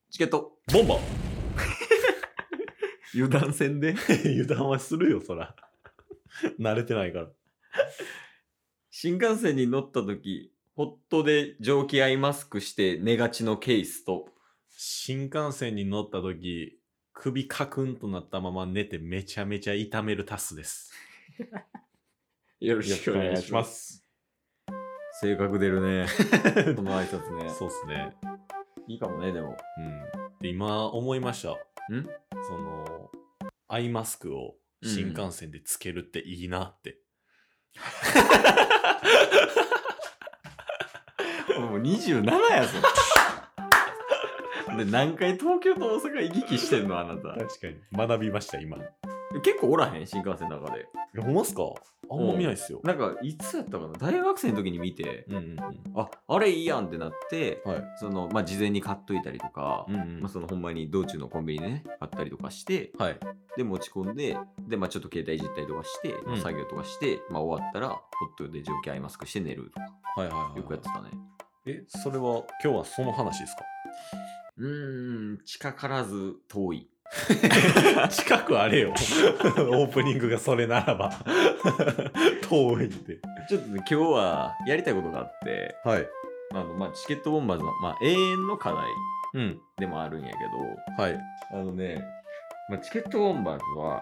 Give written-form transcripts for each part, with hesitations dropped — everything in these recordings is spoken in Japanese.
チケットボンバー油断せんで油断はするよ、そら。慣れてないから。 新幹線に乗った時ホットで蒸気アイマスクして寝がちのケースと、 新幹線に乗った時、首カクンとなったまま寝てめちゃめちゃ痛めるタスです。 よろしくお願いします。性格出るねこの挨拶ね。 そうっすね。 いいかもね。でもで今思いました。 んそのアイマスクを新幹線でつけるっていいなって、 もう27やぞで何回東京と大阪行き来してんのあなた。 確かに学びました今。 結構おらへん新幹線の中で。 ほんますか？あんま見ないっすよ。 なんかいつやったかな、大学生の時に見て、あれいいやんってなって、 はい、 そのまあ事前に買っといたりとか、 まあそのほんまに道中のコンビニでね買ったりとかして、 はい、 で持ち込んで、でまあちょっと携帯いじったりとかして、作業とかして、まあ終わったらホットで蒸気アイマスクして寝るとか、よくやってたね。 それは今日はその話ですか？ 近からず遠い近くあれよオープニングがそれならば遠いってちょっとね今日はやりたいことがあって、 はい、 まあチケットボンバーズの、まあ、永遠の課題でもあるんやけど、 はい、 まあ、チケットボンバーズは、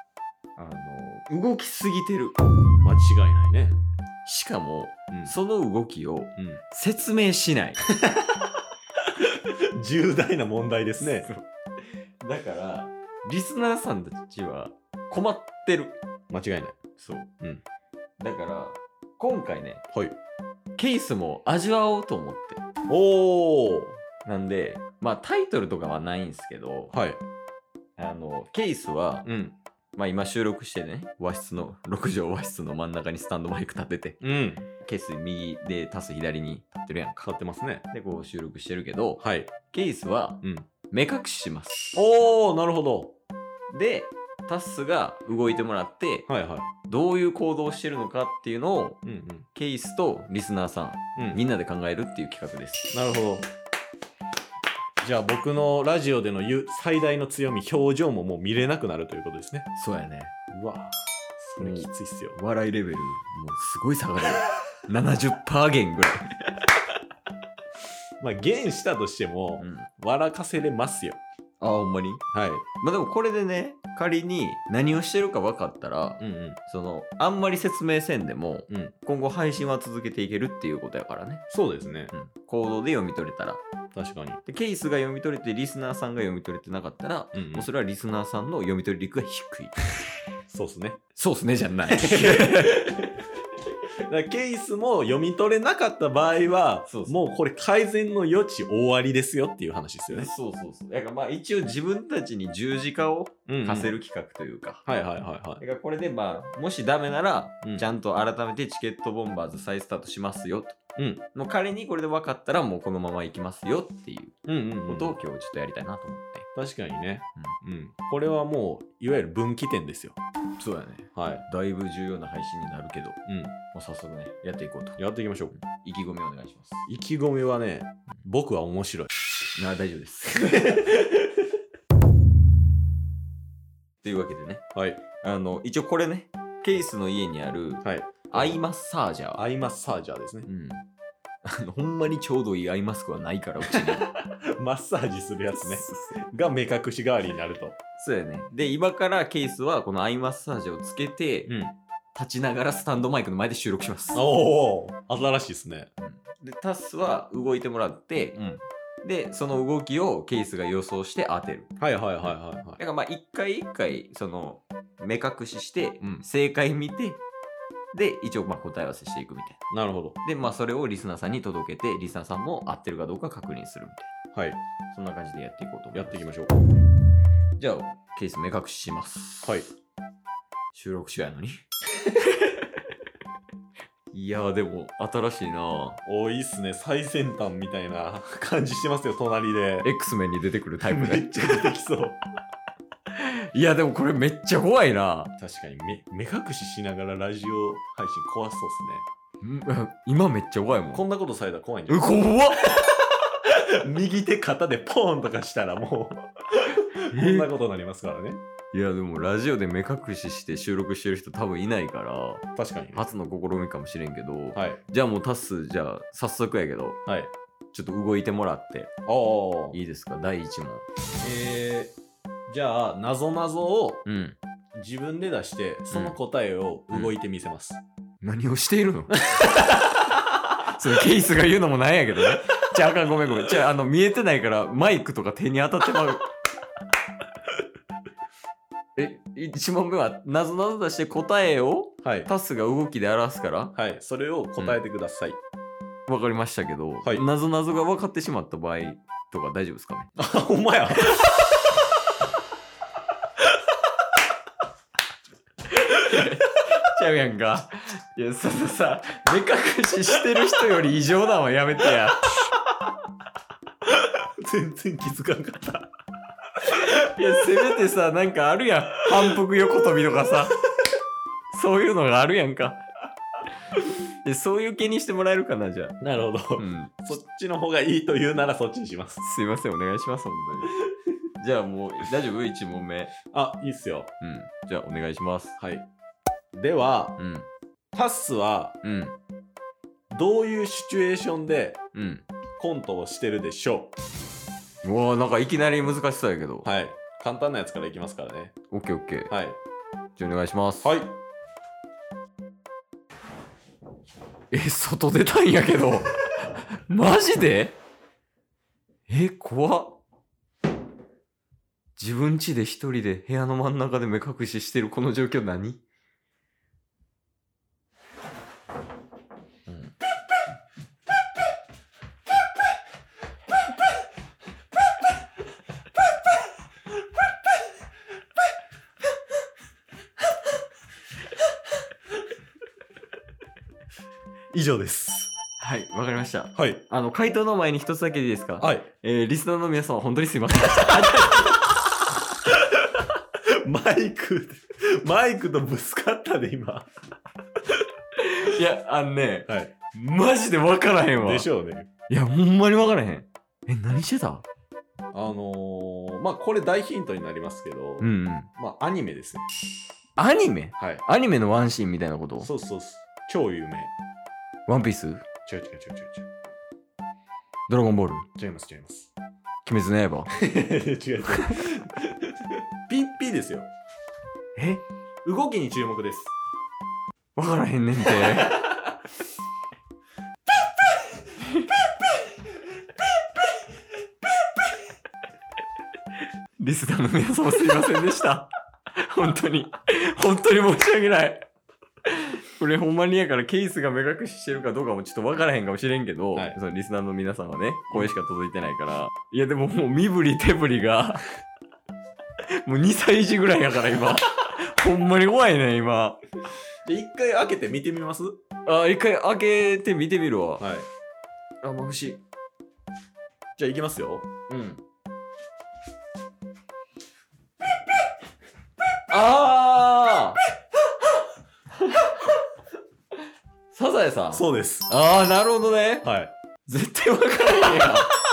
動きすぎてる。 間違いないね。 しかも、その動きを説明しない重大な問題ですね。 だからリスナーさんたちは困ってる。 間違いない。 そう、だから今回ね、ケースも味わおうと思って。なんでまあタイトルとかはないんですけど、ケースは、まあ今収録してね、和室の6畳和室の真ん中にスタンドマイク立てて、ケース右でタス左に立ってるやんか。 立ってますね。 でこう収録してるけど、ケースは、目隠しします。 なるほど。 でタスが動いてもらって、どういう行動をしてるのかっていうのを、ケースとリスナーさん、みんなで考えるっていう企画です。 なるほど。じゃあ僕のラジオでの最大の強み、表情ももう見れなくなるということですね。 そうやね。 うわ、それきついっすよ。 笑いレベルもうすごい下がる70% 減ぐらいまあ減したとしても、笑かせれますよ。 ほんまに。まあでもこれでね、仮に何をしてるか分かったら、そのあんまり説明せんでも、今後配信は続けていけるっていうことやからね。 そうですね。 行動で読み取れたら。 確かに。 でケースが読み取れてリスナーさんが読み取れてなかったら、もうそれはリスナーさんの読み取り率が低い。 そうっすね。 そうっすねじゃないだからケースも読み取れなかった場合は、もうこれ改善の余地終わりですよっていう話ですよね。 そう。だからまあ一応自分たちに十字架を課せる企画というか。だからこれでまあもしダメなら、ちゃんと改めてチケットボンバーズ再スタートしますよと。もう仮にこれで分かったらもうこのままいきますよっていうことを今日ちょっとやりたいなと思って。 確かにね。これはもういわゆる分岐点ですよ。 そうやね。だいぶ重要な配信になるけど、もう早速ねやっていこうと。 やっていきましょう。 意気込みお願いします。 意気込みはね、僕は面白い。 大丈夫ですというわけでね、一応これね、ケースの家にある、アイマッサージャー。 アイマッサージャーですね。 ほんまにちょうどいいアイマスクはないからうちにマッサージするやつねが目隠し代わりになると。 そうやね。で今からケースはこのアイマッサージをつけて、立ちながらスタンドマイクの前で収録します。 新しいですね。 でタスは動いてもらって、でその動きをケースが予想して当てる。だからまあ一回一回その目隠しして、正解見て、で一応まあ答え合わせしていくみたいな。なるほど。 でまあそれをリスナーさんに届けて、リスナーさんも合ってるかどうか確認するみたいな。そんな感じでやっていこうと思います。 やっていきましょう。 じゃあケース目隠しします。収録中やのにいやでも新しいな。 いいっすね。最先端みたいな感じしてますよ。隣で X メンに出てくるタイプめっちゃ出てきそういやでもこれめっちゃ怖いな。 確かに目隠ししながらラジオ配信怖そうっすね。 今めっちゃ怖いもん。 こんなことされたら怖いんじゃん。怖っ右手肩でポーンとかしたらもうこんなことになりますからね。 いやでもラジオで目隠しして収録してる人多分いないから確かに初の試みかもしれんけど、 はい、 じゃあもうタスじゃあ早速やけど、 はい、 ちょっと動いてもらっていいですか第1問。 じゃあなぞなぞをうん自分で出してその答えを動いてみせます、 何をしているのそのケースが言うのもなんやけどね。じゃああかんごめんじゃあ見えてないからマイクとか手に当たってまう1問目はなぞなぞ出して答えを、はい、タスが動きで表すから、 はい、それを答えてください。 わかりましたけど、 はい、 なぞなぞが分かってしまった場合とか大丈夫ですかね。 あ、ほんまやちゃうやんか。いや、そのさ、目隠ししてる人より異常なのはやめてや。 全然気づかんかった。 いや、せめてさ、なんかあるやん。反復横跳びとかさ。そういうのがあるやんか。でそういう気にしてもらえるかな、じゃあ。 なるほど。うん、そっちの方がいいと言うならそっちにします。 すいません、お願いします、本当に。じゃあもう、大丈夫 ?1 問目。 あ、いいっすよ。 うん。じゃあお願いします。 はい。では、うん、タッスは、うん、どういうシチュエーションで、うん、コントをしてるでしょう。うわー、なんかいきなり難しそうやけど。 はい。簡単なやつからいきますからね。 オッケーオッケー。 はい。 じゃあお願いします。 はい。 外出たんやけど。マジで？怖っ。自分家で一人で部屋の真ん中で目隠ししてるこの状況何？ 以上です。 はい、わかりました。 はい。 回答の前に一つだけでいいですか？ はい。 リスナーの皆様、本当にすいませんでした。 マイクとぶつかったで、今。 いや、 はい。 マジでわからへんわ。 でしょうね。 いや、ほんまにわからへん。何してた？ まあ、これ大ヒントになりますけど、 うんうん。 まあ、アニメですね。 アニメ？ はい。 アニメのワンシーンみたいなこと？ そうそう。超有名。 ワンピース？ 違う。 ドラゴンボール？ 違います。 鬼滅の刃？ 違う。ピッピですよ。動きに注目です。 わからへんねんて。リスナーの皆様すいませんでした。本当に申し訳ない。これほんまにやからケースが目隠ししてるかどうかもちょっと分からへんかもしれんけど、はい、そのリスナーの皆さんはね声しか届いてないから。いやでももう身振り手振りがもう2歳児ぐらいやから今ほんまに怖いね今。 で一回開けて見てみます？ 一回開けて見てみるわ。 はい。 眩しい。 じゃあいきますよ。 うん。あーサザエさん。 そうです。 ああ、なるほどね。 はい。 絶対わからへんや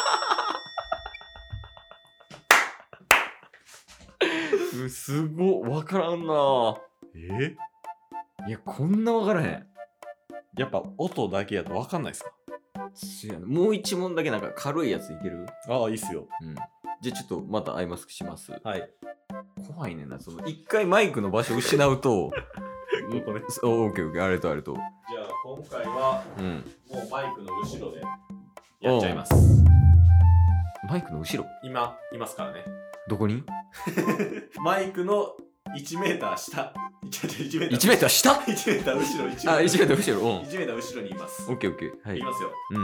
ん。すごっ、わからんな。いや、こんなわからへん。 やっぱ音だけやとわかんないっすか？ もう一問だけなんか軽いやついける？ ああ、いいっすよ。 うん。じゃあちょっとまたアイマスクします。 はい。 怖いねんな。一回マイクの場所失うと。 ここね。 オッケー。ありがとう。 じゃあ今回は、もうマイクの後ろでやっちゃいます。 マイクの後ろ？ 今いますからね。 どこに？ マイクの1メーター下。1メーター下？ 1メーター後ろ。 1メーター後ろ。 1メーター後ろにいます。 オッケー。はい。 いきますよ。 うん。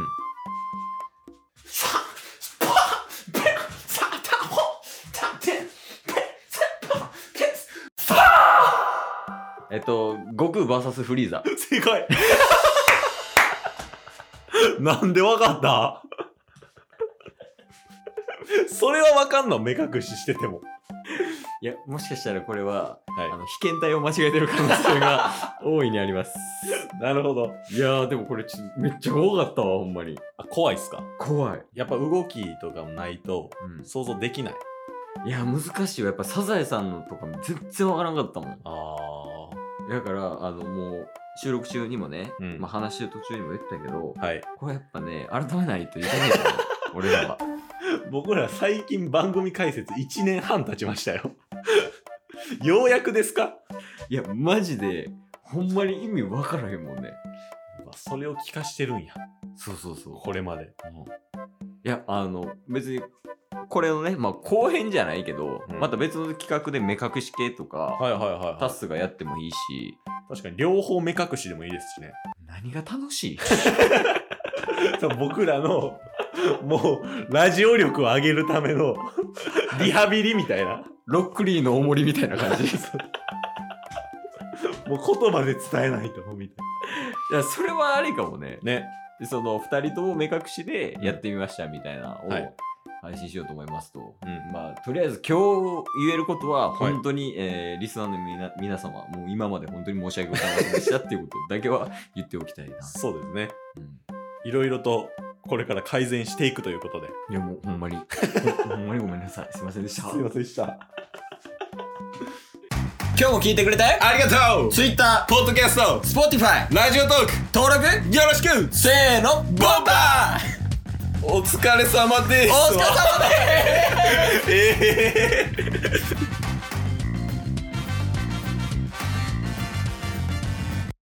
悟空 VS フリーザ。 正解。なんでわかった？それはわかんの？目隠ししてても。 いや、もしかしたらこれは、 被験体を間違えてる可能性が大いにあります。 なるほど。 いやーでもこれめっちゃ怖かったわ、ほんまに。 怖いっすか？ 怖い。 やっぱ動きとかもないと想像できない。 いや難しいわ。やっぱサザエさんのとかも全然わからんかったもん。だからもう収録中にもね、話してる途中にも言ったけど、これやっぱね改めないといけないから俺らは。 僕ら最近番組解説1年半経ちましたよ。ようやくですか？ いやマジでほんまに意味わからへんもんね。 それを聞かしてるんや。 そうこれまで。 いや別にこれのね後編じゃないけど、また別の企画で目隠し系とかタッスがやってもいいし、 確かに両方目隠しでもいいですしね。 何が楽しい？ 僕らのもうラジオ力を上げるためのリハビリみたいな、 ロックリーの重りみたいな感じ。 もう言葉で伝えないとみたいな。いやそれはありかもね。その2人とも目隠しでやってみましたみたいなを配信しようと思いますと、とりあえず今日言えることは本当に、リスナーの皆様もう今まで本当に申し訳ございませんでしたっていうことだけは言っておきたいな。 そうですね。いろいろとこれから改善していくということで。 いやもうほんまにほんまにごめんなさい。すいませんでした。 すいませんでした。 今日も聞いてくれてありがとう。 Twitter、 ポッドキャスト、 Spotify、 ラジオトーク登録よろしく。 せーのボンバー。お疲れ様です。 お疲れ様です。